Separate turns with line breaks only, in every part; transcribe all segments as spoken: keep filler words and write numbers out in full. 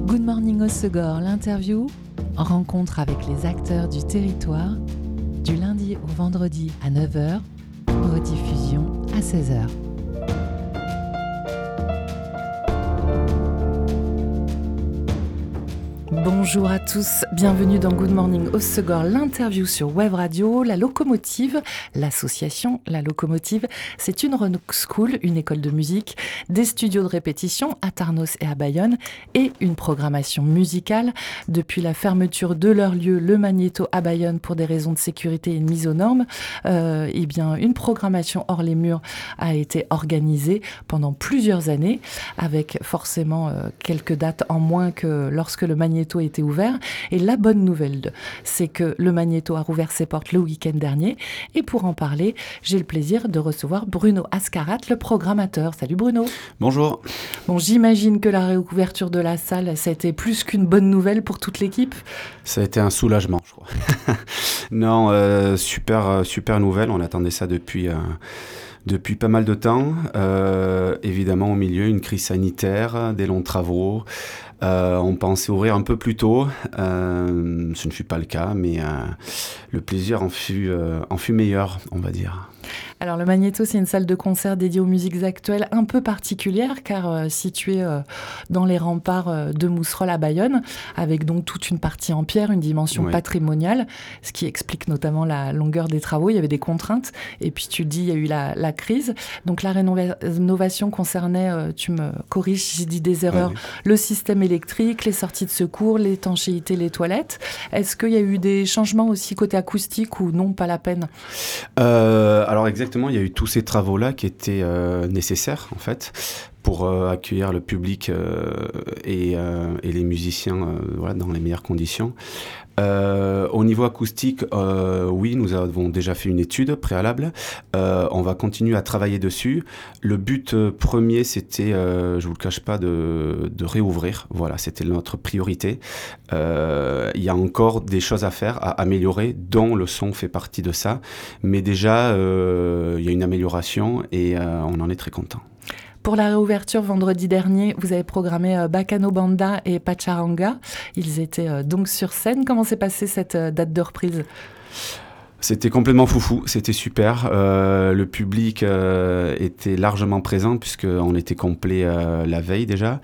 Good Morning Hossegor, l'interview, en rencontre avec les acteurs du territoire, du lundi au vendredi à neuf heures, rediffusion à seize heures. Bonjour à tous, bienvenue dans Good Morning Hossegor, l'interview sur Web Radio. La Locomotive, l'association La Locomotive, c'est une rock school, une école de musique, des studios de répétition à Tarnos et à Bayonne et une programmation musicale. Depuis la fermeture de leur lieu, le Magnéto à Bayonne, pour des raisons de sécurité et de mise aux normes, euh, eh bien, une programmation hors les murs a été organisée pendant plusieurs années, avec forcément euh, quelques dates en moins que lorsque le Magnéto était ouvert. Et la bonne nouvelle, c'est que le Magnéto a rouvert ses portes le week-end dernier. Et pour en parler, j'ai le plaisir de recevoir Bruno Ascarat, le programmateur. Salut Bruno.
Bonjour.
Bon, j'imagine que la réouverture de la salle, ça a été plus qu'une bonne nouvelle pour toute l'équipe.
Ça a été un soulagement, je crois. non, euh, super, super nouvelle. On attendait ça depuis... Euh... Depuis pas mal de temps, euh, évidemment au milieu, une crise sanitaire, des longs travaux. Euh, on pensait ouvrir un peu plus tôt, euh, ce ne fut pas le cas, mais euh, le plaisir en fut, euh, en fut meilleur, on va dire.
Alors le Magnéto, c'est une salle de concert dédiée aux musiques actuelles un peu particulière, car euh, située euh, dans les remparts euh, de Mousserolles à Bayonne, avec donc toute une partie en pierre, une dimension oui. patrimoniale, ce qui explique notamment la longueur des travaux. Il y avait des contraintes, et puis tu dis, il y a eu la, la crise. Donc la rénovation concernait, euh, tu me corriges si je dis des erreurs, oui. le système électrique, les sorties de secours, l'étanchéité, les toilettes. Est-ce qu'il y a eu des changements aussi côté acoustique ou non, pas la peine ?
euh, Alors exactement. Il y a eu tous ces travaux-là qui étaient euh, nécessaires, en fait, pour euh, accueillir le public euh, et, euh, et les musiciens euh, voilà, dans les meilleures conditions. Euh, au niveau acoustique, euh, oui, nous avons déjà fait une étude préalable. Euh, on va continuer à travailler dessus. Le but euh, premier, c'était, euh, je vous le cache pas, de, de réouvrir. Voilà, c'était notre priorité. Euh, il y a encore des choses à faire, à améliorer, dont le son fait partie de ça. Mais déjà, euh, il y a une amélioration et euh, on en est très content.
Pour la réouverture vendredi dernier, vous avez programmé euh, Bacano Banda et Pacharanga. Ils étaient euh, donc sur scène. Comment s'est passée cette euh, date de reprise ?
C'était complètement foufou, c'était super. Euh, le public euh, était largement présent puisqu'on était complet euh, la veille déjà.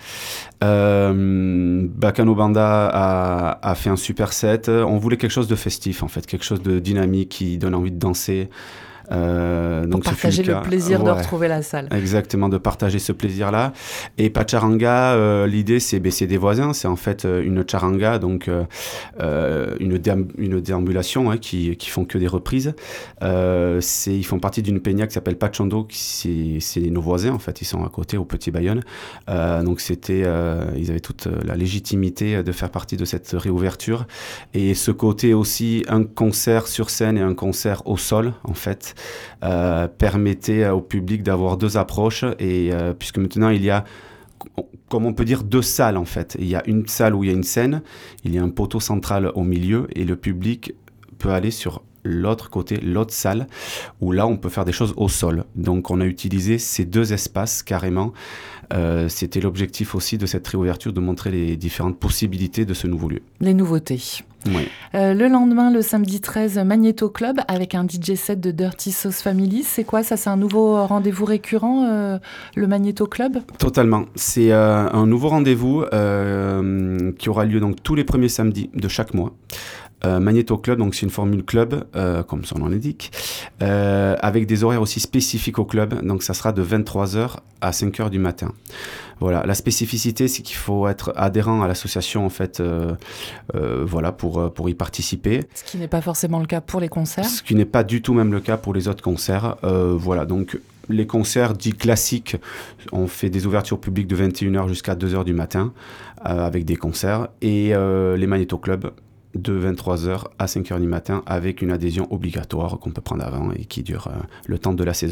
Euh, Bacano Banda a, a fait un super set. On voulait quelque chose de festif en fait, quelque chose de dynamique qui donne envie de danser.
Euh, Pour donc partager le, le plaisir ouais, de retrouver la salle.
Exactement, de partager ce plaisir-là. Et Pacharanga, euh, l'idée, c'est baisser des voisins. C'est en fait euh, une charanga, donc euh, une, déam- une déambulation hein, qui, qui font que des reprises. Euh, c'est, ils font partie d'une peña qui s'appelle Pachondo. Qui, c'est, c'est nos voisins, en fait. Ils sont à côté, au Petit Bayonne. Euh, donc, c'était, euh, ils avaient toute la légitimité de faire partie de cette réouverture. Et ce côté aussi, un concert sur scène et un concert au sol, en fait. Euh, permettait au public d'avoir deux approches et euh, puisque maintenant il y a, comme on peut dire, deux salles en fait. Il y a une salle où il y a une scène, il y a un poteau central au milieu et le public peut aller sur l'autre côté, l'autre salle, où là on peut faire des choses au sol. Donc on a utilisé ces deux espaces carrément. Euh, c'était l'objectif aussi de cette réouverture, de montrer les différentes possibilités de ce nouveau lieu.
Les nouveautés.
Oui.
Euh, le lendemain, le samedi treize, Magnéto Club avec un D J set de Dirty Sauce Family. C'est quoi ça ? C'est un nouveau rendez-vous récurrent, euh, le Magnéto Club ?
Totalement. C'est euh, un nouveau rendez-vous euh, qui aura lieu donc tous les premiers samedis de chaque mois. Euh, Magnéto Club, donc c'est une formule club, euh, comme son nom l'indique, euh, avec des horaires aussi spécifiques au club. Donc ça sera de vingt-trois heures à cinq heures du matin. Voilà, la spécificité, c'est qu'il faut être adhérent à l'association en fait, euh, euh, voilà, pour pour y participer.
Ce qui n'est pas forcément le cas pour les concerts.
Ce qui n'est pas du tout même le cas pour les autres concerts. Euh, voilà, donc les concerts dits classiques, on fait des ouvertures publiques de vingt et une heures jusqu'à deux heures du matin euh, avec des concerts et euh, les Magnéto Club de vingt-trois heures à cinq heures du matin avec une adhésion obligatoire qu'on peut prendre avant et qui dure euh, le temps de la saison.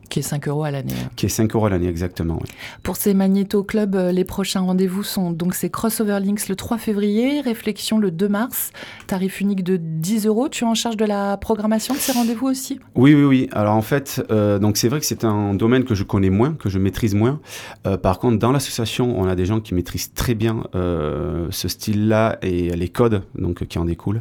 Qui est cinq euros à l'année.
Qui est cinq euros à l'année, exactement. Oui.
Pour ces Magnéto Club, les prochains rendez-vous sont donc c'est Crossover Links le trois février, Réflexion le deux mars, tarif unique de dix euros. Tu es en charge de la programmation de ces rendez-vous aussi ?
Oui, oui, oui. Alors en fait, euh, donc c'est vrai que c'est un domaine que je connais moins, que je maîtrise moins. Euh, par contre, dans l'association, on a des gens qui maîtrisent très bien euh, ce style-là et les codes donc, qui en découlent.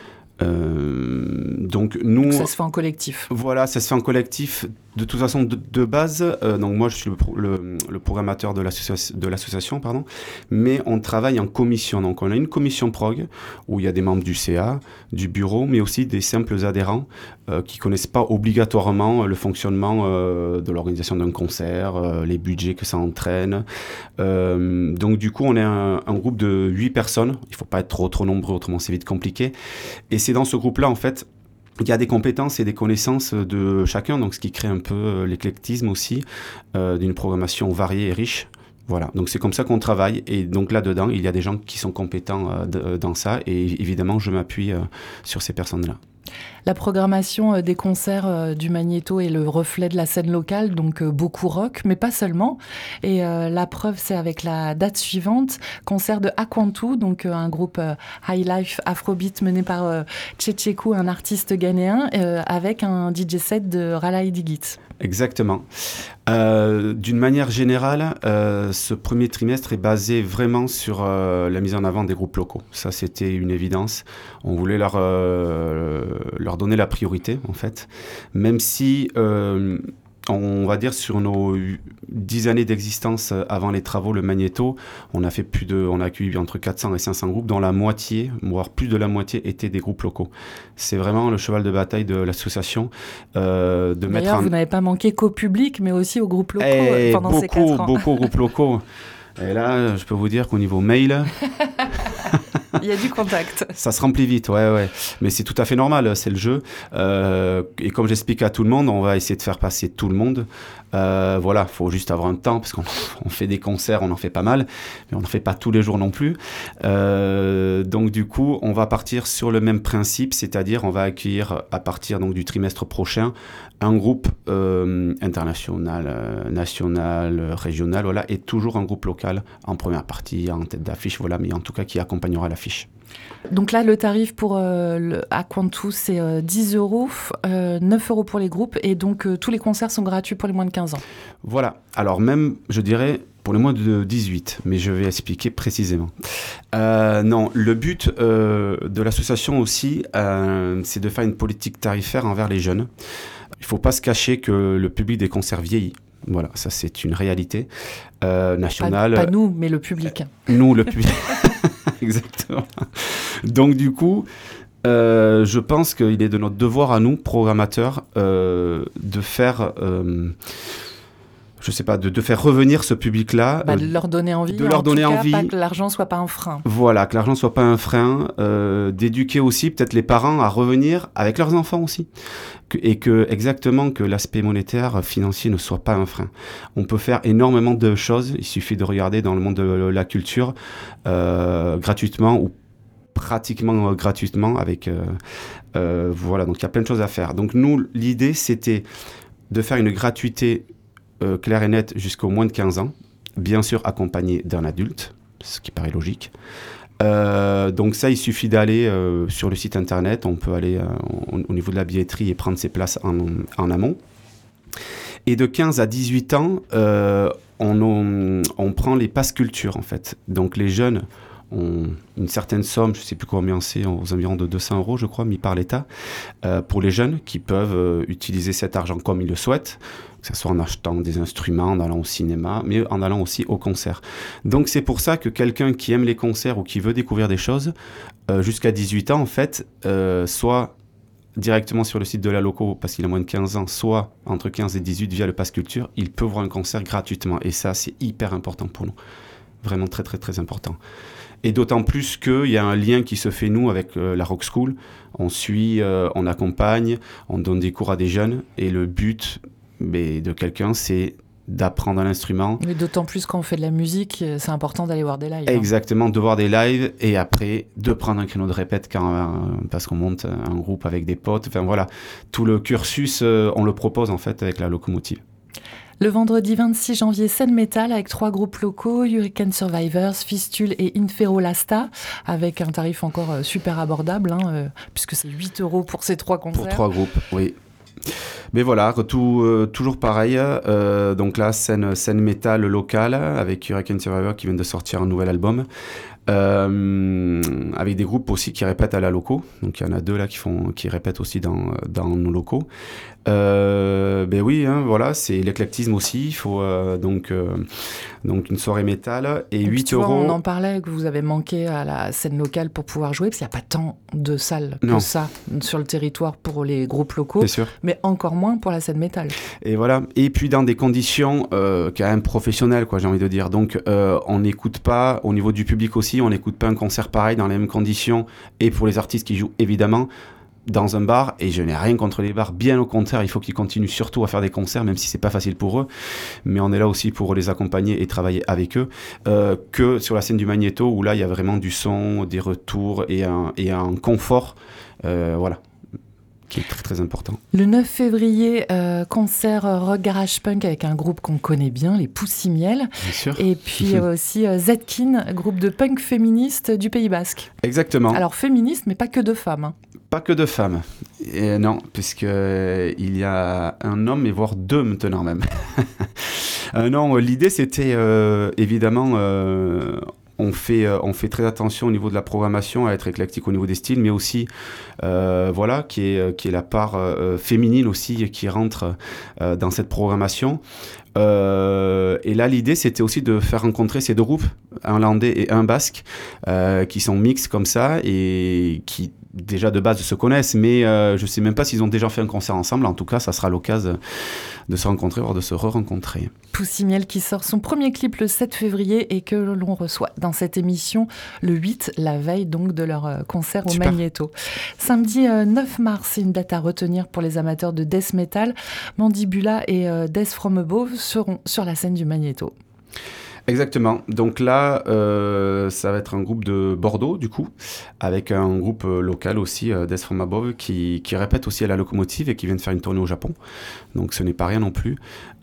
Euh, donc nous,
donc ça se fait en collectif.
Voilà, ça se fait en collectif. De toute façon, de, de base, euh, donc moi je suis le, pro, le, le programmateur de l'association, de l'association, pardon, mais on travaille en commission. Donc on a une commission prog où il y a des membres du C A, du bureau, mais aussi des simples adhérents euh, qui connaissent pas obligatoirement le fonctionnement euh, de l'organisation d'un concert, euh, les budgets que ça entraîne. Euh, donc du coup, on est un, un groupe de huit personnes. Il faut pas être trop trop nombreux, autrement c'est vite compliqué. Et c'est dans ce groupe-là en fait. Il y a des compétences et des connaissances de chacun, donc ce qui crée un peu l'éclectisme aussi, euh, d'une programmation variée et riche. Voilà, donc c'est comme ça qu'on travaille. Et donc là-dedans, il y a des gens qui sont compétents euh, de, dans ça. Et évidemment, je m'appuie euh, sur ces personnes-là.
La programmation des concerts du Magnéto est le reflet de la scène locale, donc beaucoup rock, mais pas seulement. Et euh, la preuve, c'est avec la date suivante, concert de Akwantu, donc euh, un groupe euh, high life afrobeat mené par euh, Tchétchékou, un artiste ghanéen, euh, avec un D J set de Ralaï Digit.
Exactement. Euh, d'une manière générale, euh, ce premier trimestre est basé vraiment sur euh, la mise en avant des groupes locaux. Ça, c'était une évidence. On voulait leur, euh, leur donner la priorité, en fait. Même si, euh, on va dire, sur nos dix années d'existence avant les travaux, le Magnéto, on a fait plus de, on a accueilli entre quatre cents et cinq cents groupes, dont la moitié, voire plus de la moitié, étaient des groupes locaux. C'est vraiment le cheval de bataille de l'association. Euh, de
D'ailleurs,
mettre en...
vous n'avez pas manqué qu'au public, mais aussi aux groupes locaux
et
pendant
beaucoup,
ces quatre ans.
Beaucoup de groupes locaux. Et là, je peux vous dire qu'au niveau mail...
Il y a du contact.
Ça se remplit vite, ouais, ouais. Mais c'est tout à fait normal, c'est le jeu. Euh, et comme j'explique à tout le monde, on va essayer de faire passer tout le monde. Euh, voilà, il faut juste avoir un temps, parce qu'on on fait des concerts, on en fait pas mal, mais on n'en fait pas tous les jours non plus. Euh, donc du coup, on va partir sur le même principe, c'est-à-dire on va accueillir à partir donc, du trimestre prochain un groupe euh, international, euh, national, euh, régional, voilà, et toujours un groupe local en première partie, en tête d'affiche, voilà, mais en tout cas qui accompagnera l'affiche.
Donc là, le tarif pour euh, le Akwantu, c'est euh, dix euros, euh, neuf euros pour les groupes, et donc euh, tous les concerts sont gratuits pour les moins de quinze ans.
Voilà, alors même, je dirais, pour les moins de dix-huit, mais je vais expliquer précisément. Euh, non, le but euh, de l'association aussi, euh, c'est de faire une politique tarifaire envers les jeunes. Il ne faut pas se cacher que le public des concerts vieillit. Voilà, ça c'est une réalité euh, nationale.
Pas, pas nous, mais le public.
Nous, le public. Exactement. Donc du coup, euh, je pense qu'il est de notre devoir à nous, programmateurs, euh, de faire... Euh, je sais pas, de, de faire revenir ce public-là.
Bah, de leur donner envie.
De leur
en
donner
tout cas,
envie.
Pas que l'argent soit pas un frein.
Voilà, que l'argent soit pas un frein. Euh, d'éduquer aussi peut-être les parents à revenir avec leurs enfants aussi. Que, et que, exactement, que l'aspect monétaire, financier ne soit pas un frein. On peut faire énormément de choses. Il suffit de regarder dans le monde de la culture, euh, gratuitement ou pratiquement euh, gratuitement avec... Euh, euh, voilà, donc il y a plein de choses à faire. Donc nous, l'idée, c'était de faire une gratuité Euh, clair et net jusqu'au moins de quinze ans, bien sûr accompagné d'un adulte, ce qui paraît logique. Euh, donc ça, il suffit d'aller euh, sur le site internet, on peut aller euh, au, au niveau de la billetterie et prendre ses places en, en amont. Et de quinze à dix-huit ans, euh, on, on, on prend les passes culture en fait. Donc les jeunes ont une certaine somme, je ne sais plus combien c'est, aux environs de deux cents euros, je crois, mis par l'État, euh, pour les jeunes qui peuvent euh, utiliser cet argent comme ils le souhaitent, que ce soit en achetant des instruments, en allant au cinéma, mais en allant aussi au concert. Donc c'est pour ça que quelqu'un qui aime les concerts ou qui veut découvrir des choses, euh, jusqu'à dix-huit ans, en fait, euh, soit directement sur le site de la loco, parce qu'il a moins de quinze ans, soit entre quinze et dix-huit via le Pass Culture, il peut voir un concert gratuitement. Et ça, c'est hyper important pour nous. Vraiment très, très, très important. Et d'autant plus qu'il y a un lien qui se fait, nous, avec euh, la Rock School. On suit, euh, on accompagne, on donne des cours à des jeunes. Et le but mais, de quelqu'un, c'est d'apprendre un instrument.
Mais d'autant plus quand on fait de la musique, c'est important d'aller voir des lives.
Exactement, hein. De voir des lives et après de prendre un créneau de répète quand, euh, parce qu'on monte un groupe avec des potes. Enfin voilà, tout le cursus, euh, on le propose en fait avec la locomotive.
Le vendredi vingt-six janvier, scène métal avec trois groupes locaux, Hurricane Survivors, Fistule et Infero Lasta, avec un tarif encore euh, super abordable, hein, euh, puisque c'est huit euros pour ces trois concerts.
Pour trois groupes, oui. Mais voilà, tout, euh, toujours pareil. Euh, donc là, scène, scène métal locale avec Hurricane Survivor qui vient de sortir un nouvel album. Euh, avec des groupes aussi qui répètent à la loco. Donc il y en a deux là qui, font, qui répètent aussi dans, dans nos locaux. Euh, ben oui, hein, voilà, c'est l'éclectisme aussi. Il faut euh, donc, euh, donc une soirée métal et
donc,
huit
tu vois,
euros.
On en parlait que vous avez manqué à la scène locale pour pouvoir jouer, parce qu'il n'y a pas tant de salles
non.
que ça sur le territoire pour les groupes locaux,
c'est sûr.
Mais encore moins pour la scène métal.
Et voilà. Et puis dans des conditions euh, quand même professionnelles, quoi, j'ai envie de dire. Donc euh, on n'écoute pas, au niveau du public aussi, on n'écoute pas un concert pareil dans les mêmes conditions. Et pour les artistes qui jouent, évidemment, dans un bar, et je n'ai rien contre les bars, bien au contraire, il faut qu'ils continuent surtout à faire des concerts, même si c'est pas facile pour eux, mais on est là aussi pour les accompagner et travailler avec eux, euh, que sur la scène du Magnéto, où là il y a vraiment du son, des retours et un, et un confort, euh, voilà, qui est très très important.
Le neuf février, euh, concert rock garage punk avec un groupe qu'on connaît bien, les Poussimiel.
Bien sûr.
Et puis aussi euh, Zetkin, groupe de punk féministe du Pays Basque.
Exactement.
Alors féministe, mais pas que de femmes. Hein.
Pas que de femmes. Et non, puisqu'il euh, y a un homme, et voire deux maintenant même. euh, non, l'idée c'était euh, évidemment... Euh, On fait, euh, on fait très attention au niveau de la programmation à être éclectique au niveau des styles, mais aussi euh, voilà, qui est, qui est la part euh, féminine aussi qui rentre euh, dans cette programmation. Euh, et là, l'idée, c'était aussi de faire rencontrer ces deux groupes, un landais et un basque, euh, qui sont mixtes comme ça et qui déjà de base se connaissent, mais euh, je ne sais même pas s'ils ont déjà fait un concert ensemble. En tout cas, ça sera l'occasion de se rencontrer, voire de se re-rencontrer.
Poussimiel qui sort son premier clip le sept février et que l'on reçoit dans cette émission le huit, la veille donc de leur concert au
Super.
Magnéto. Samedi euh, neuf mars, c'est une date à retenir pour les amateurs de death metal. Mandibula et euh, Death From Above seront sur la scène du Magnéto.
Exactement. Donc là, euh, ça va être un groupe de Bordeaux, du coup, avec un groupe euh, local aussi, euh, Death From Above, qui, qui répète aussi à la locomotive et qui vient de faire une tournée au Japon. Donc ce n'est pas rien non plus.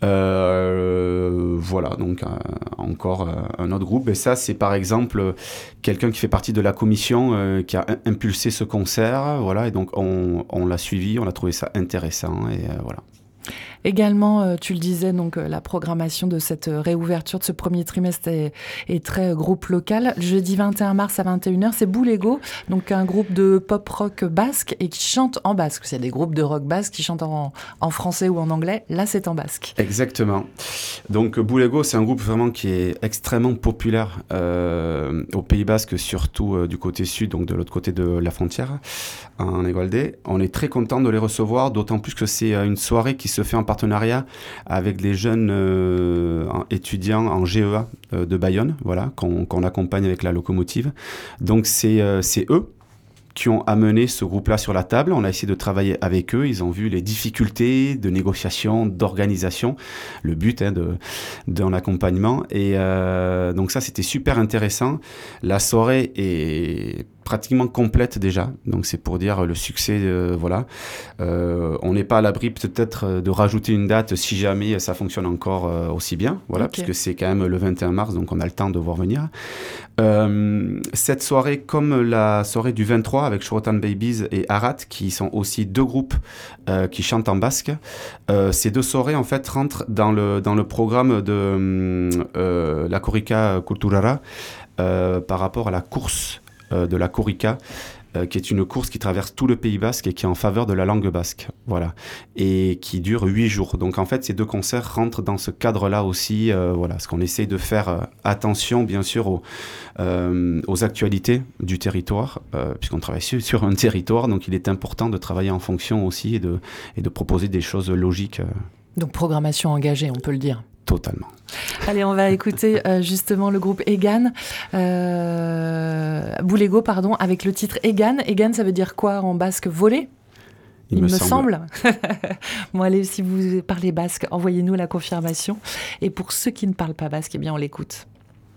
Euh, voilà, donc euh, encore euh, un autre groupe. Et ça, c'est par exemple quelqu'un qui fait partie de la commission euh, qui a impulsé ce concert. Voilà, et donc on, on l'a suivi, on a trouvé ça intéressant et euh, voilà.
Également, euh, tu le disais, donc euh, la programmation de cette euh, réouverture de ce premier trimestre est, est très euh, groupe local. Jeudi vingt et un mars à vingt et une heures, c'est Boulego, donc un groupe de pop-rock basque et qui chante en basque. Il y a des groupes de rock basque qui chantent en, en français ou en anglais. Là, c'est en basque.
Exactement. Donc Boulego, c'est un groupe vraiment qui est extrêmement populaire euh, au Pays Basque, surtout euh, du côté sud, donc de l'autre côté de la frontière, en Egualde. On est très content de les recevoir, d'autant plus que c'est une soirée qui se fait en partenariat avec les jeunes euh, étudiants en G E A euh, de Bayonne, voilà, qu'on, qu'on accompagne avec la locomotive. Donc c'est, euh, c'est eux qui ont amené ce groupe-là sur la table. On a essayé de travailler avec eux. Ils ont vu les difficultés de négociation, d'organisation, le but hein, de, d'un accompagnement. Et euh, donc ça, c'était super intéressant. La soirée est pratiquement complète déjà, donc c'est pour dire le succès, euh, voilà. Euh, on n'est pas à l'abri peut-être de rajouter une date si jamais ça fonctionne encore euh, aussi bien, voilà, okay. Puisque c'est quand même le vingt et un mars, donc on a le temps de voir venir. Euh, cette soirée, comme la soirée du vingt-trois avec Shorotan Babies et Arat, qui sont aussi deux groupes euh, qui chantent en basque, euh, ces deux soirées en fait rentrent dans le, dans le programme de euh, la Korrika Kulturara euh, par rapport à la course de la Korrika, euh, qui est une course qui traverse tout le Pays Basque et qui est en faveur de la langue basque, voilà, et qui dure huit jours. Donc en fait, ces deux concerts rentrent dans ce cadre-là aussi, euh, voilà, parce qu'on essaye de faire euh, attention, bien sûr, aux, euh, aux actualités du territoire, euh, puisqu'on travaille sur, sur un territoire, donc il est important de travailler en fonction aussi et de, et de proposer des choses logiques. Euh.
Donc programmation engagée, on peut le dire.
Totalement.
Allez, on va écouter euh, justement le groupe Egan, euh, Boulego, pardon, avec le titre Egan. Egan, ça veut dire quoi en basque? Voler?
Il,
il me,
me semble.
semble. Bon, allez, si vous parlez basque, envoyez-nous la confirmation. Et pour ceux qui ne parlent pas basque, eh bien, on l'écoute.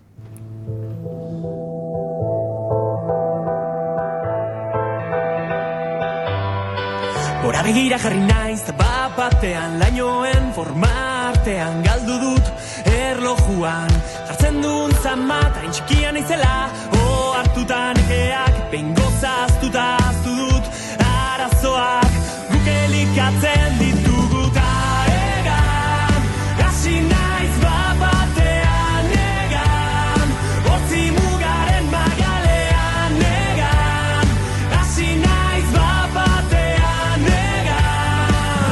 Gora begira jarri naiz, bat batean lainoen formartean galdu dut erlojuan jartzen duen zama, hain txikian naizela ohartuta nekeak behin gozaztuta aztu dut arazoak guk elikatzen ditugu ta egan hasi naiz bat batean egan otzi mugaren magalean egan hasi naiz bat batean egan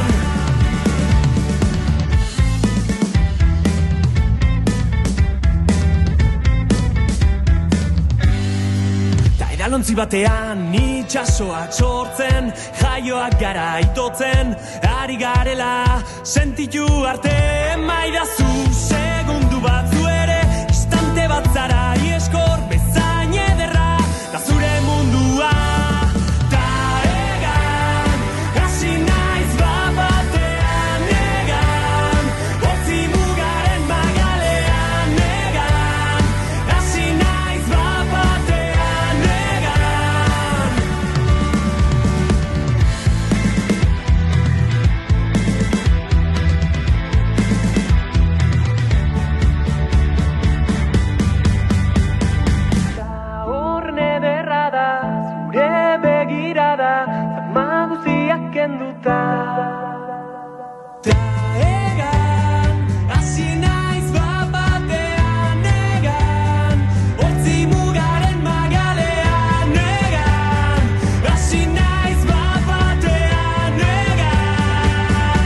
ta edalontzi batean itxasoak sortzen jaioak gara itotzen ari garela sentitu arte maidazu segundu batzu ere istante bat zara ieskor bezain ederra da zure mundua ta egan hasi naiz bat batean egan otzi mugaren magalean egan hasi naiz bat batean egan Ta horren ederra da zure begirada zama guziak kenduta ta egan hasi naiz bat batean egan otzi mugaren magalean egan hasi naiz bat batean egan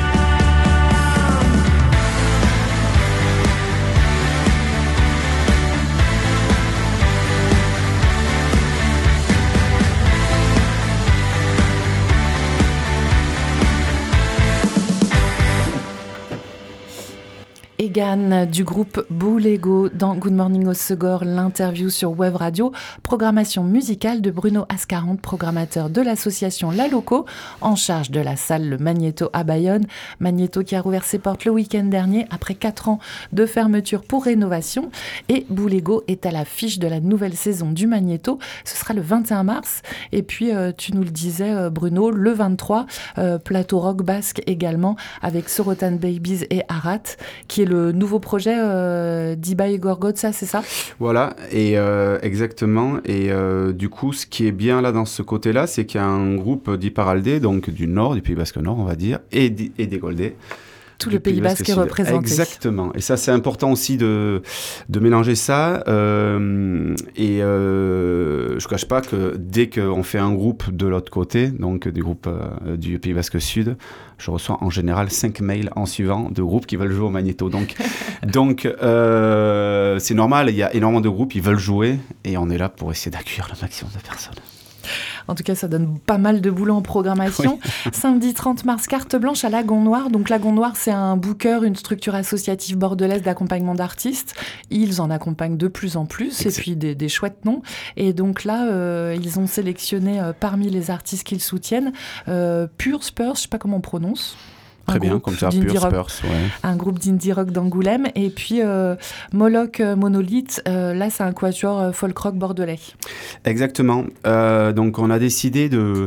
Egan du groupe Boulego dans Good Morning au Segor, l'interview sur Web Radio, programmation musicale de Bruno Ascarante, programmateur de l'association La Loco, en charge de la salle Le Magnéto à Bayonne. Magnéto qui a rouvert ses portes le week-end dernier après quatre ans de fermeture pour rénovation. Et Boulego est à l'affiche de la nouvelle saison du Magnéto. Ce sera le vingt et un mars. Et puis, euh, tu nous le disais, euh, Bruno, le vingt-trois, euh, plateau rock basque également avec Sorotan Babies et Arat, qui est le nouveau projet euh, d'Ibai Gorgotza, c'est ça ?
Voilà, et euh, exactement. Et euh, du coup, ce qui est bien là dans ce côté-là, c'est qu'il y a un groupe d'Iparralde, donc du nord, du Pays Basque Nord, on va dire, et, d- et des Goldé.
Tout le Pays Basque est représenté.
Exactement. Et ça, c'est important aussi de, de mélanger ça. Euh, et euh, je ne cache pas que dès qu'on fait un groupe de l'autre côté, donc du groupe euh, du Pays Basque Sud, je reçois en général cinq mails en suivant de groupes qui veulent jouer au Magnéto. Donc, donc euh, c'est normal, il y a énormément de groupes, ils veulent jouer. Et on est là pour essayer d'accueillir le maximum de personnes.
En tout cas, ça donne pas mal de boulot en programmation. Oui. Samedi trente mars, carte blanche à Lagon Noir. Donc Lagon Noir, c'est un booker, une structure associative bordelaise d'accompagnement d'artistes. Ils en accompagnent de plus en plus, exact. Et puis des, des chouettes noms. Et donc là, euh, ils ont sélectionné euh, parmi les artistes qu'ils soutiennent euh, Pure Spurs, je sais pas comment on prononce.
Très bien, comme ça, Pure Spurs. Ouais.
Un groupe d'indie rock d'Angoulême. Et puis euh, Moloch Monolith, euh, là, c'est un quatuor euh, folk rock bordelais.
Exactement. Euh, donc, on a décidé, de,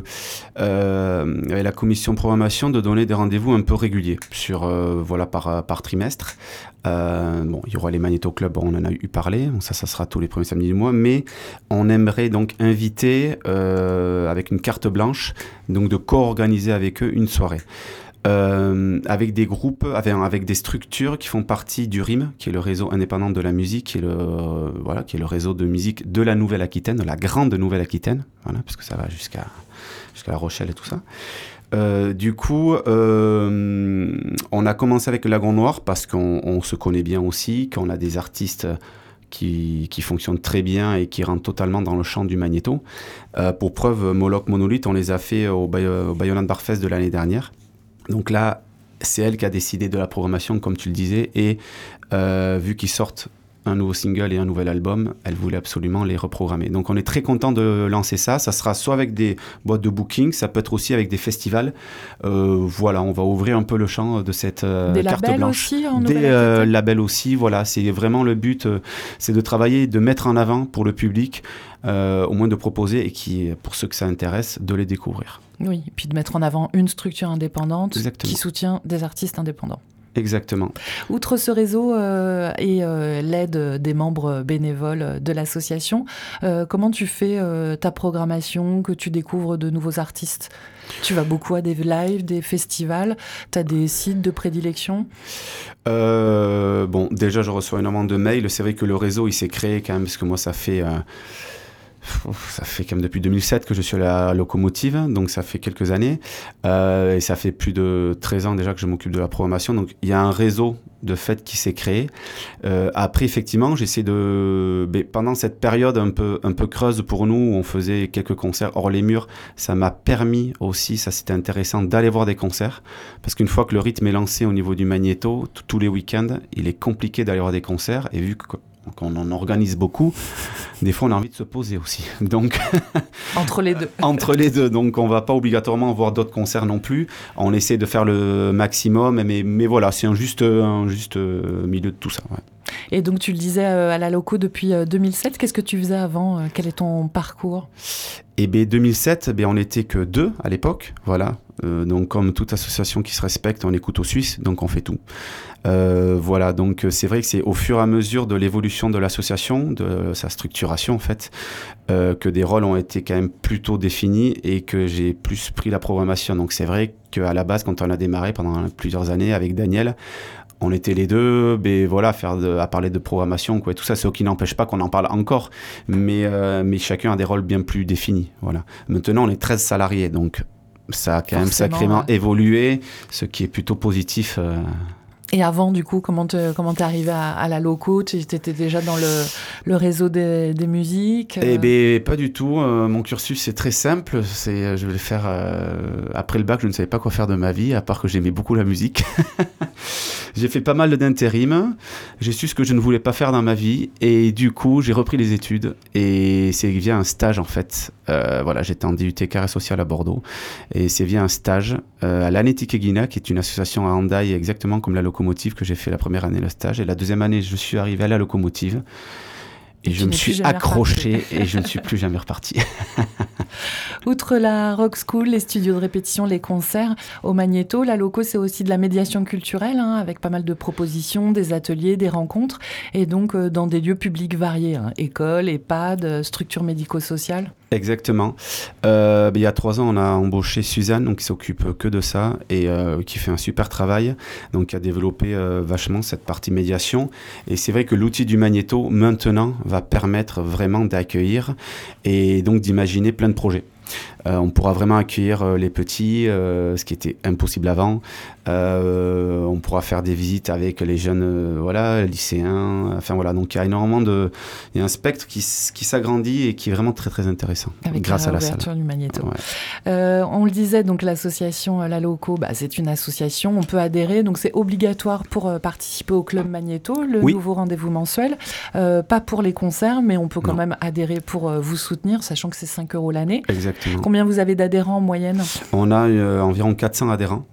euh, avec la commission programmation, de donner des rendez-vous un peu réguliers, sur, euh, voilà, par, par trimestre. Euh, bon, il y aura les Magnéto Club, on en a eu parlé, ça, ça sera tous les premiers samedis du mois, mais on aimerait donc inviter, euh, avec une carte blanche, donc de co-organiser avec eux une soirée. Euh, avec des groupes, avec, avec des structures qui font partie du R I M, qui est le réseau indépendant de la musique, qui est le, euh, voilà, qui est le réseau de musique de la Nouvelle-Aquitaine, de la grande Nouvelle-Aquitaine, voilà, parce que ça va jusqu'à, jusqu'à La Rochelle et tout ça. Euh, du coup, euh, on a commencé avec le Lagon Noir parce qu'on on se connaît bien aussi, qu'on a des artistes qui, qui fonctionnent très bien et qui rentrent totalement dans le champ du Magnéto. Euh, pour preuve, Moloch Monolith, on les a fait au, Bay- au Bayonne Barfest de l'année dernière. Donc là, c'est elle qui a décidé de la programmation, comme tu le disais, et euh, vu qu'ils sortent un nouveau single et un nouvel album, elle voulait absolument les reprogrammer. Donc on est très content de lancer ça. Ça sera soit avec des boîtes de booking, ça peut être aussi avec des festivals. Euh, voilà, on va ouvrir un peu le champ de cette euh,
des
carte
labels
blanche.
Aussi, en
des euh, labels aussi, voilà. C'est vraiment le but, euh, c'est de travailler, de mettre en avant pour le public, euh, au moins de proposer et qui, pour ceux que ça intéresse, de les découvrir.
Oui, et puis de mettre en avant une structure indépendante
Exactement.
Qui soutient des artistes indépendants.
Exactement.
Outre ce réseau euh, et euh, l'aide des membres bénévoles de l'association, euh, comment tu fais euh, ta programmation, que tu découvres de nouveaux artistes ? Tu vas beaucoup à des lives, des festivals, tu as des sites de prédilection ?
euh, Bon, déjà, je reçois énormément de mails. C'est vrai que le réseau, il s'est créé quand même, parce que moi, ça fait... Euh, Ça fait quand même depuis deux mille sept que je suis à la locomotive, donc ça fait quelques années. Euh, et ça fait plus de treize ans déjà que je m'occupe de la programmation. Donc il y a un réseau de fait qui s'est créé. Euh, après, effectivement, j'essaie de... Mais pendant cette période un peu, un peu creuse pour nous, où on faisait quelques concerts hors les murs, ça m'a permis aussi, ça c'était intéressant, d'aller voir des concerts. Parce qu'une fois que le rythme est lancé au niveau du magnéto, t- tous les week-ends, il est compliqué d'aller voir des concerts. Et vu que qu'on en organise beaucoup, des fois on a envie de se poser aussi. Donc
entre les deux.
entre les deux. Donc on va pas obligatoirement voir d'autres concerts non plus. On essaie de faire le maximum, mais, mais voilà, c'est un juste, un juste milieu de tout ça. Ouais.
Et donc tu le disais à la loco depuis deux mille sept, qu'est-ce que tu faisais avant ? Quel est ton parcours ?
Eh bien deux mille sept, ben, on n'était que deux à l'époque, voilà. Euh, donc comme toute association qui se respecte, on écoute aux Suisses, donc on fait tout. Euh, voilà, donc c'est vrai que c'est au fur et à mesure de l'évolution de l'association, de sa structuration en fait, euh, que des rôles ont été quand même plutôt définis et que j'ai plus pris la programmation. Donc c'est vrai qu'à la base, quand on a démarré pendant plusieurs années avec Daniel, on était les deux, ben voilà, faire de, à parler de programmation, quoi. Tout ça, c'est ce qui n'empêche pas qu'on en parle encore, mais, euh, mais chacun a des rôles bien plus définis. Voilà. Maintenant, on est treize salariés, donc ça a quand même sacrément ouais. évolué, ce qui est plutôt positif. Euh...
Et avant, du coup, comment te, comment t'es arrivé à, à la loco ? Tu étais déjà dans le, le réseau des, des musiques ?
Eh bien, pas du tout. Euh, mon cursus est très simple. C'est, je vais le faire euh, après le bac. Je ne savais pas quoi faire de ma vie, à part que j'aimais beaucoup la musique. J'ai fait pas mal d'intérim. J'ai su ce que je ne voulais pas faire dans ma vie. Et du coup, j'ai repris les études. Et c'est via un stage, en fait. Euh, voilà, j'étais en D U T carré social à Bordeaux. Et c'est via un stage euh, à l'Anétique Guina, qui est une association à Hendaye, exactement comme la locomotive, que j'ai fait la première année le stage. Et la deuxième année, je suis arrivé à la locomotive. Et, et je me suis accroché reparti. Et je ne suis plus jamais reparti.
Outre la rock school, les studios de répétition, les concerts au Magnéto, la loco, c'est aussi de la médiation culturelle, hein, avec pas mal de propositions, des ateliers, des rencontres, et donc euh, dans des lieux publics variés, hein, écoles, EHPAD, structures médico-sociales.
Exactement. Euh, il y a trois ans, on a embauché Suzanne, donc, qui s'occupe que de ça et euh, qui fait un super travail, donc qui a développé euh, vachement cette partie médiation. Et c'est vrai que l'outil du Magnéto, maintenant, va permettre vraiment d'accueillir et donc d'imaginer plein de projets. Euh, on pourra vraiment accueillir euh, les petits, euh, ce qui était impossible avant. Euh, on pourra faire des visites avec les jeunes, euh, voilà, lycéens. Enfin voilà, donc il y a énormément de, il y a un spectre qui, qui s'agrandit et qui est vraiment très très intéressant
avec
grâce
la
à la salle.
Du Magnéto.
Ouais.
Euh, on le disait, donc l'association La Loco, bah, c'est une association, on peut adhérer, donc c'est obligatoire pour euh, participer au club Magnéto, le oui. nouveau rendez-vous mensuel. Euh, pas pour les concerts, mais on peut quand non. même adhérer pour euh, vous soutenir, sachant que c'est cinq euros l'année.
Exactement.
Combien vous avez d'adhérents en moyenne ?
On a euh, environ quatre cents adhérents.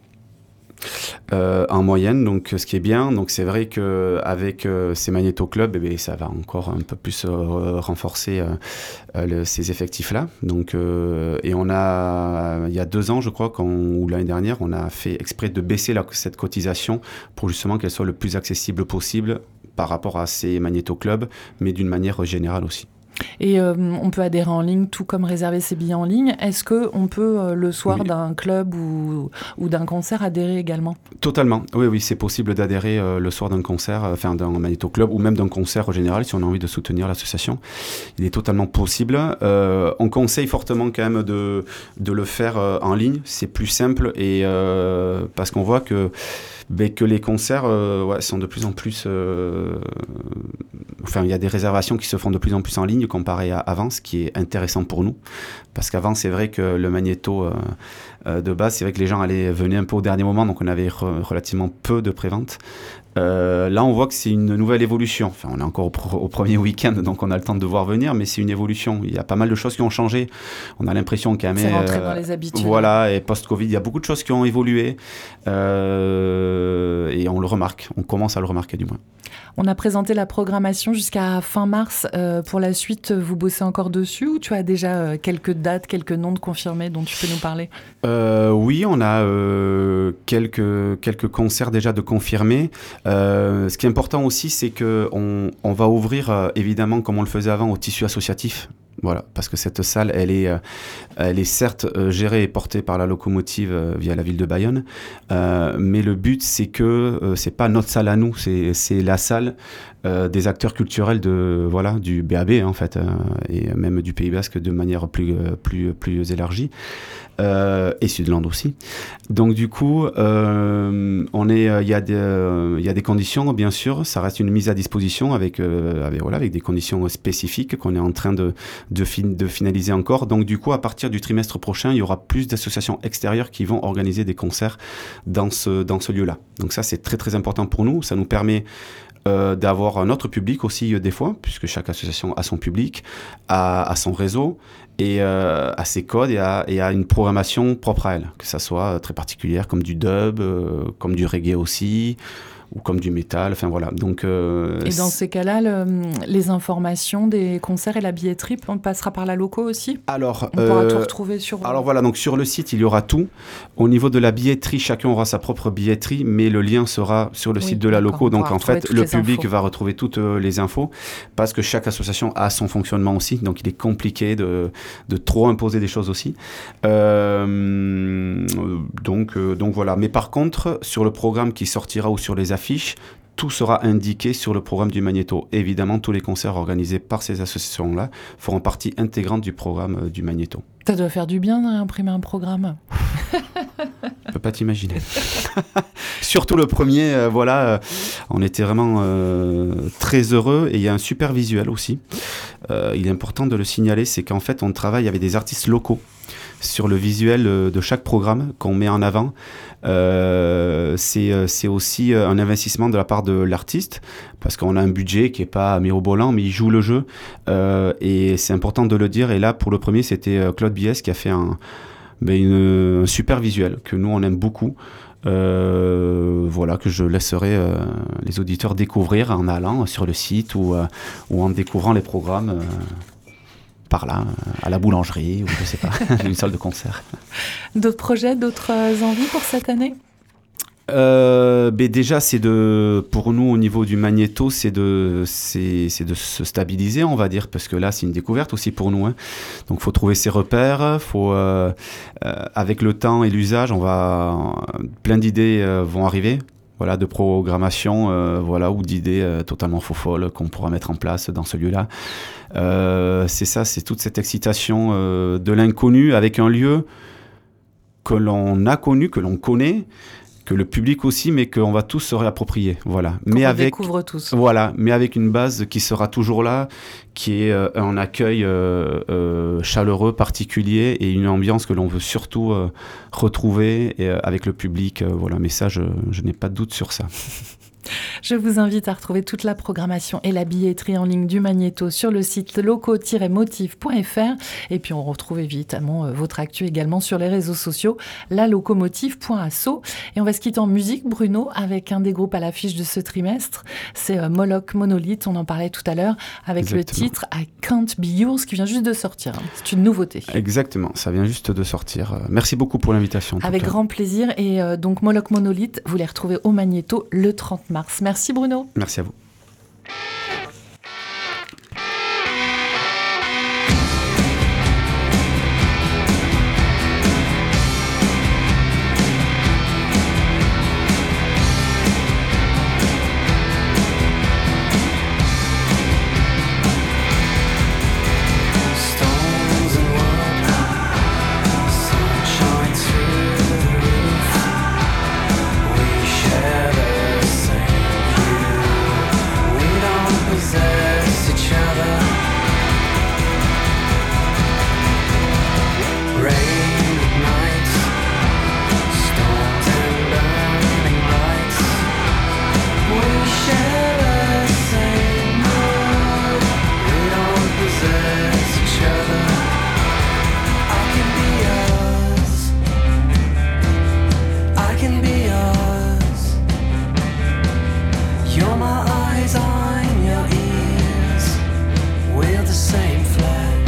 Euh, en moyenne, donc ce qui est bien. Donc c'est vrai qu'avec euh, ces Magnéto Club, eh bien, ça va encore un peu plus euh, renforcer euh, euh, le, ces effectifs-là. Donc, euh, et on a, il y a deux ans, je crois, quand, ou l'année dernière, on a fait exprès de baisser la, cette cotisation pour justement qu'elle soit le plus accessible possible par rapport à ces Magnéto Club, mais d'une manière générale aussi.
Et euh, on peut adhérer en ligne, tout comme réserver ses billets en ligne. Est-ce qu'on peut, euh, le soir oui. d'un club ou, ou d'un concert, adhérer également ? Totalement.
Oui, oui, c'est possible d'adhérer euh, le soir d'un concert, euh, enfin d'un Magnéto Club, ou même d'un concert en général, si on a envie de soutenir l'association. Il est totalement possible. Euh, on conseille fortement quand même de, de le faire euh, en ligne. C'est plus simple, et, euh, parce qu'on voit que, ben, que les concerts euh, ouais, sont de plus en plus... Euh, enfin, il y a des réservations qui se font de plus en plus en ligne comparé à avant, ce qui est intéressant pour nous. Parce qu'avant, c'est vrai que le Magnéto euh, euh, de base, c'est vrai que les gens allaient, venaient un peu au dernier moment, donc on avait re- relativement peu de prévente. Euh, là, on voit que c'est une nouvelle évolution. Enfin, on est encore au, pro- au premier week-end, donc on a le temps de voir venir, mais c'est une évolution. Il y a pas mal de choses qui ont changé. On a l'impression quand même.
C'est rentré
euh,
dans les habitudes.
Voilà, et post-Covid, il y a beaucoup de choses qui ont évolué. Euh, et on le remarque. On commence à le remarquer, du moins.
On a présenté la programmation jusqu'à fin mars. Euh, pour la suite, vous bossez encore dessus ou tu as déjà euh, quelques dates, quelques noms de confirmés dont tu peux nous parler ?
euh, Oui, on a euh, quelques, quelques concerts déjà de confirmés. Euh, ce qui est important aussi, c'est qu'on on va ouvrir, euh, évidemment, comme on le faisait avant, au tissu associatif. Voilà, parce que cette salle, elle est, euh, elle est certes euh, gérée et portée par la locomotive euh, via la ville de Bayonne, euh, mais le but, c'est que euh, c'est pas notre salle à nous, c'est, c'est la salle euh, des acteurs culturels de, voilà, du B A B, hein, en fait, euh, et même du Pays Basque de manière plus, euh, plus, plus élargie. Euh, et Sudland aussi. Donc du coup, euh, on est, il y a des, euh, il y a des conditions, bien sûr. Ça reste une mise à disposition avec, euh, avec voilà, avec des conditions spécifiques qu'on est en train de de, fin, de finaliser encore. Donc du coup, à partir du trimestre prochain, il y aura plus d'associations extérieures qui vont organiser des concerts dans ce dans ce lieu-là. Donc ça, c'est très très important pour nous. Ça nous permet Euh, d'avoir un autre public aussi euh, des fois, puisque chaque association a son public, a, a son réseau et euh, a ses codes et a, et a une programmation propre à elle, que ça soit très particulière comme du dub, euh, comme du reggae aussi, ou comme du métal, enfin voilà. Donc, euh,
et dans ces cas-là, le, les informations des concerts et la billetterie, on passera par la loco aussi ?
Alors,
on pourra
euh,
tout retrouver sur...
Alors voilà, donc sur le site, il y aura tout. Au niveau de la billetterie, chacun aura sa propre billetterie, mais le lien sera sur le
oui,
site de la loco. Donc en fait, le public
infos.
va retrouver toutes euh, les infos, parce que chaque association a son fonctionnement aussi, donc il est compliqué de, de trop imposer des choses aussi. Euh, donc, euh, donc voilà. Mais par contre, sur le programme qui sortira ou sur les affiches, tout sera indiqué sur le programme du Magnéto. Évidemment, tous les concerts organisés par ces associations-là feront partie intégrante du programme euh, du Magnéto.
Ça doit faire du bien d'imprimer un programme.
Je peux pas t'imaginer. Surtout le premier, euh, voilà, euh, on était vraiment euh, très heureux et il y a un super visuel aussi. Euh, il est important de le signaler, c'est qu'en fait, on travaille avec des artistes locaux sur le visuel de chaque programme qu'on met en avant. Euh, c'est, c'est aussi un investissement de la part de l'artiste, parce qu'on a un budget qui n'est pas mirobolant, mais il joue le jeu. Euh, et c'est important de le dire. Et là, pour le premier, c'était Claude Bies qui a fait un, ben une, un super visuel que nous, on aime beaucoup. Euh, voilà, que je laisserai euh, les auditeurs découvrir en allant sur le site ou, euh, ou en découvrant les programmes euh, par là, à la boulangerie ou je sais pas, une salle de concert.
D'autres projets, d'autres envies pour cette année ?
Euh, ben déjà, c'est de, pour nous au niveau du Magnéto, c'est de, c'est, c'est de se stabiliser, on va dire, parce que là, c'est une découverte aussi pour nous. Hein. Donc, faut trouver ses repères. Faut, euh, euh, avec le temps et l'usage, on va, plein d'idées euh, vont arriver. Voilà, de programmation, euh, voilà, ou d'idées euh, totalement faux-folles qu'on pourra mettre en place dans ce lieu-là. Euh, c'est ça, c'est toute cette excitation euh, de l'inconnu avec un lieu que l'on a connu, que l'on connaît, que le public aussi, mais qu'on va tous se réapproprier, voilà.
Qu'on
mais avec,
découvre tous.
Voilà, mais avec une base qui sera toujours là, qui est euh, un accueil euh, euh, chaleureux, particulier, et une ambiance que l'on veut surtout euh, retrouver et, euh, avec le public. Euh, voilà, mais ça, je, je n'ai pas de doute sur ça.
Je vous invite à retrouver toute la programmation et la billetterie en ligne du Magnéto sur le site loco tiret motive point f r. Et puis on retrouve évidemment euh, votre actu également sur les réseaux sociaux, la locomotive point asso. Et on va se quitter en musique, Bruno, avec un des groupes à l'affiche de ce trimestre. C'est euh, Moloch Monolith, on en parlait tout à l'heure, avec
Exactement.
le titre I Can't Be Yours qui vient juste de sortir. C'est une nouveauté.
Exactement, ça vient juste de sortir. Merci beaucoup pour l'invitation.
Avec grand plaisir. Et euh, donc Moloch Monolith, vous les retrouvez au Magnéto le trente mars. Merci Bruno.
Merci à vous.
Share the same view. same flesh.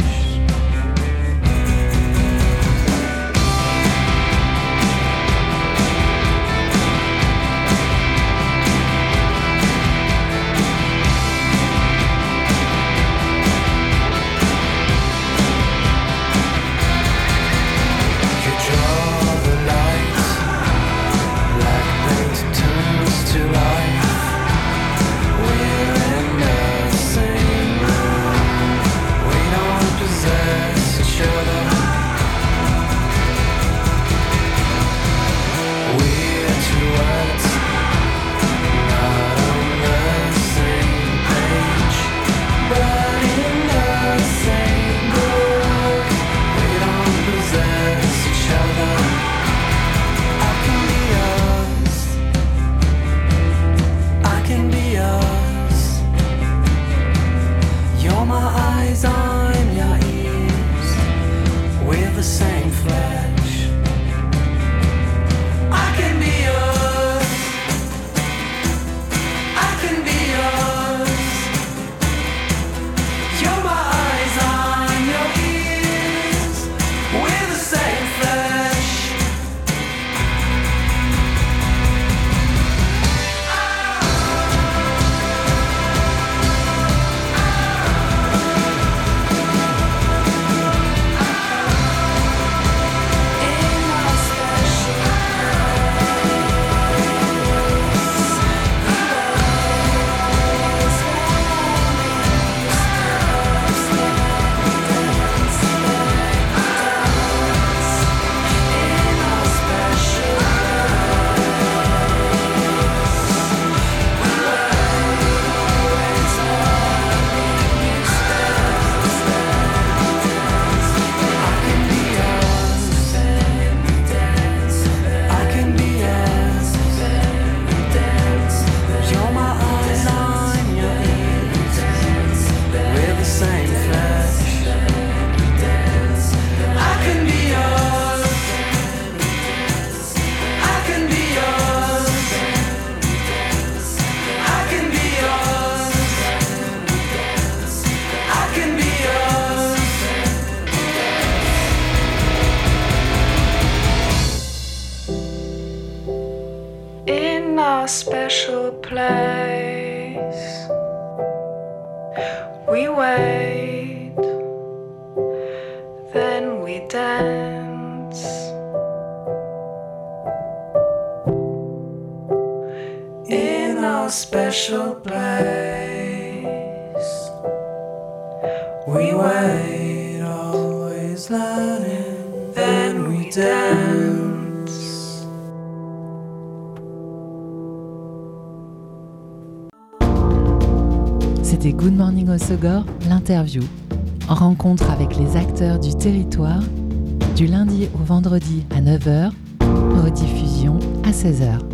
Special place, we wait, then we dance. In our special place, we wait, always learning, then we dance.
C'était Good Morning Hossegor, l'interview. Rencontre avec les acteurs du territoire, du lundi au vendredi à neuf heures, rediffusion à seize heures.